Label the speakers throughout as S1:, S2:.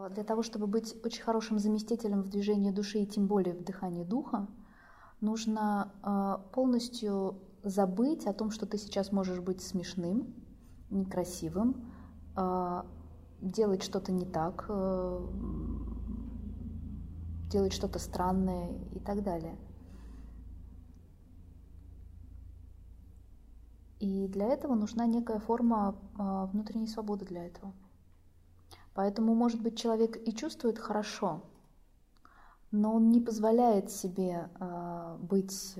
S1: для того, чтобы быть очень хорошим заместителем в движении души и тем более в дыхании духа, нужно полностью забыть о том, что ты сейчас можешь быть смешным, некрасивым, делать что-то не так, делать что-то странное и так далее. И для этого нужна некая форма внутренней свободы для этого. Поэтому, может быть, человек и чувствует хорошо, но он не позволяет себе быть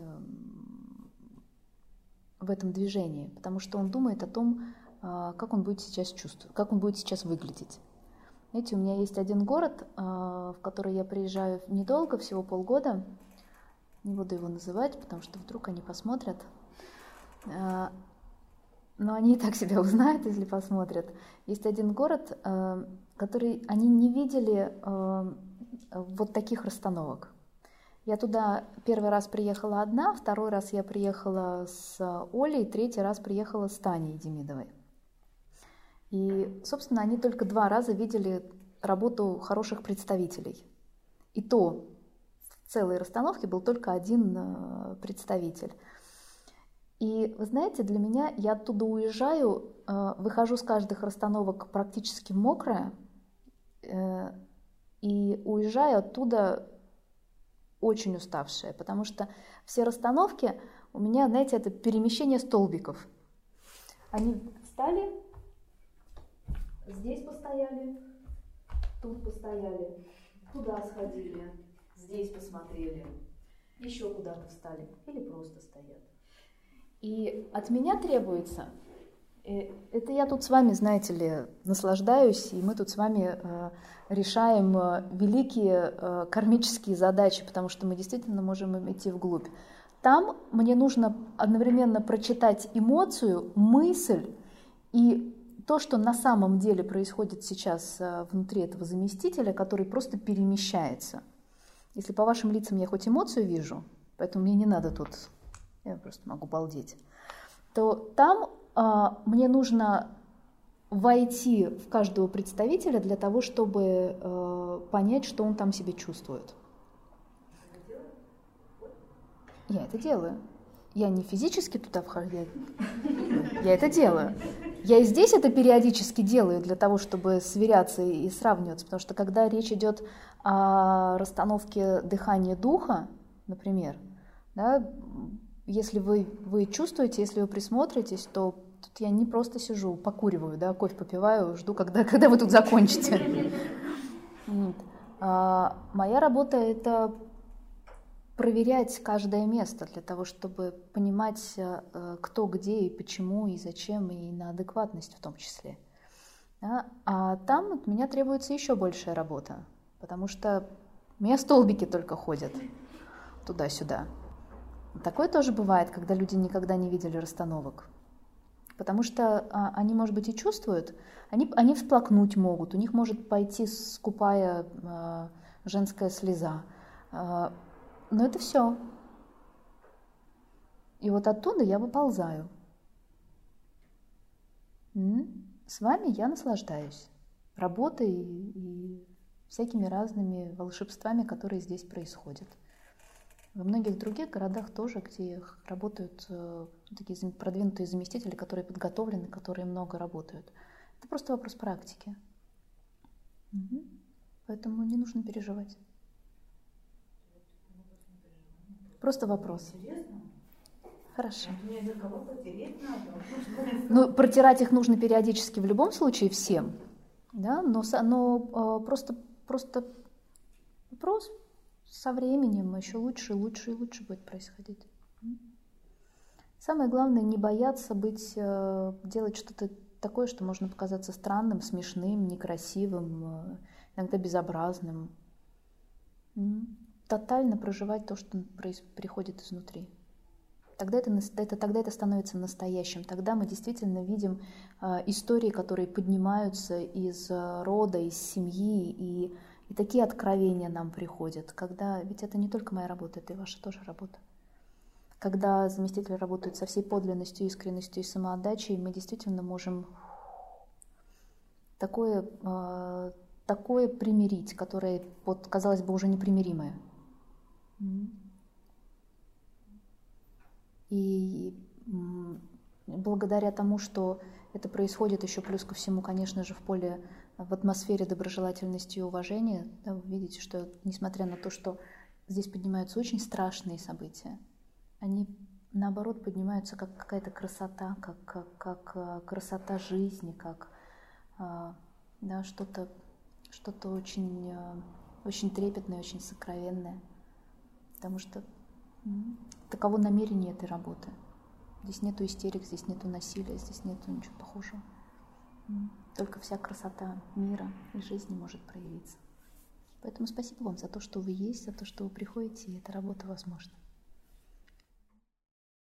S1: в этом движении, потому что он думает о том, как он будет сейчас чувствовать, как он будет сейчас выглядеть. Знаете, у меня есть один город, в который я приезжаю недолго, всего полгода. Не буду его называть, потому что вдруг они посмотрят. Но они и так себя узнают, если посмотрят. Есть один город, который они не видели вот таких расстановок. Я туда первый раз приехала одна, второй раз я приехала с Олей, третий раз приехала с Таней Демидовой. И, собственно, они только 2 раза видели работу хороших представителей. И то в целой расстановке был только один представитель. И вы знаете, для меня, я оттуда уезжаю, выхожу с каждых расстановок практически мокрая, и уезжаю оттуда очень уставшая, потому что все расстановки у меня, знаете, это перемещение столбиков. Они встали, здесь постояли, тут постояли, туда сходили, здесь посмотрели, еще куда-то встали или просто стоят. И от меня требуется, это я тут с вами, знаете ли, наслаждаюсь, и мы тут с вами решаем великие кармические задачи, потому что мы действительно можем идти вглубь. Там мне нужно одновременно прочитать эмоцию, мысль и то, что на самом деле происходит сейчас внутри этого заместителя, который просто перемещается. Если по вашим лицам я хоть эмоцию вижу, поэтому мне не надо тут... Я просто могу балдеть, то там мне нужно войти в каждого представителя для того, чтобы понять, что он там себе чувствует. Я это делаю. Я не физически туда вхожу, я это делаю. Я и здесь это периодически делаю для того, чтобы сверяться и сравниваться, потому что когда речь идет о расстановке дыхания духа, например, да, если вы чувствуете, если вы присмотритесь, то тут я не просто сижу, покуриваю, да, кофе попиваю, жду, когда вы тут закончите. Моя работа – это проверять каждое место для того, чтобы понимать, кто, где и почему, и зачем, и на адекватность в том числе. Да? А там от меня требуется еще большая работа, потому что у меня столбики только ходят туда-сюда. Такое тоже бывает, когда люди никогда не видели расстановок. Потому что они, может быть, и чувствуют, они всплакнуть могут, у них может пойти скупая женская слеза. Но это все. И вот оттуда я выползаю. С вами я наслаждаюсь работой и всякими разными волшебствами, которые здесь происходят. Во многих других городах тоже, где работают такие продвинутые заместители, которые подготовлены, которые много работают. Это просто вопрос практики. Поэтому не нужно переживать. Просто вопрос. Хорошо. Ну, протирать их нужно периодически в любом случае всем, да? Но просто вопрос. Со временем еще лучше и лучше и лучше будет происходить. Самое главное не бояться делать что-то такое, что можно показаться странным, смешным, некрасивым, иногда безобразным. Тотально проживать то, что приходит изнутри. Тогда это становится настоящим. Тогда мы действительно видим истории, которые поднимаются из рода, из семьи, и такие откровения нам приходят, ведь это не только моя работа, это и ваша тоже работа. Когда заместители работают со всей подлинностью, искренностью и самоотдачей, мы действительно можем такое такое примирить, которое, вот, казалось бы, уже непримиримое. И благодаря тому, что это происходит еще плюс ко всему, конечно же, в атмосфере доброжелательности и уважения, да, вы видите, что несмотря на то, что здесь поднимаются очень страшные события, они наоборот поднимаются как какая-то красота, как красота жизни, как да, что-то очень, очень трепетное, очень сокровенное, потому что таково намерение этой работы. Здесь нету истерик, здесь нету насилия, здесь нету ничего похожего. Только вся красота мира и жизни может проявиться. Поэтому спасибо вам за то, что вы есть, за то, что вы приходите, и эта работа возможна.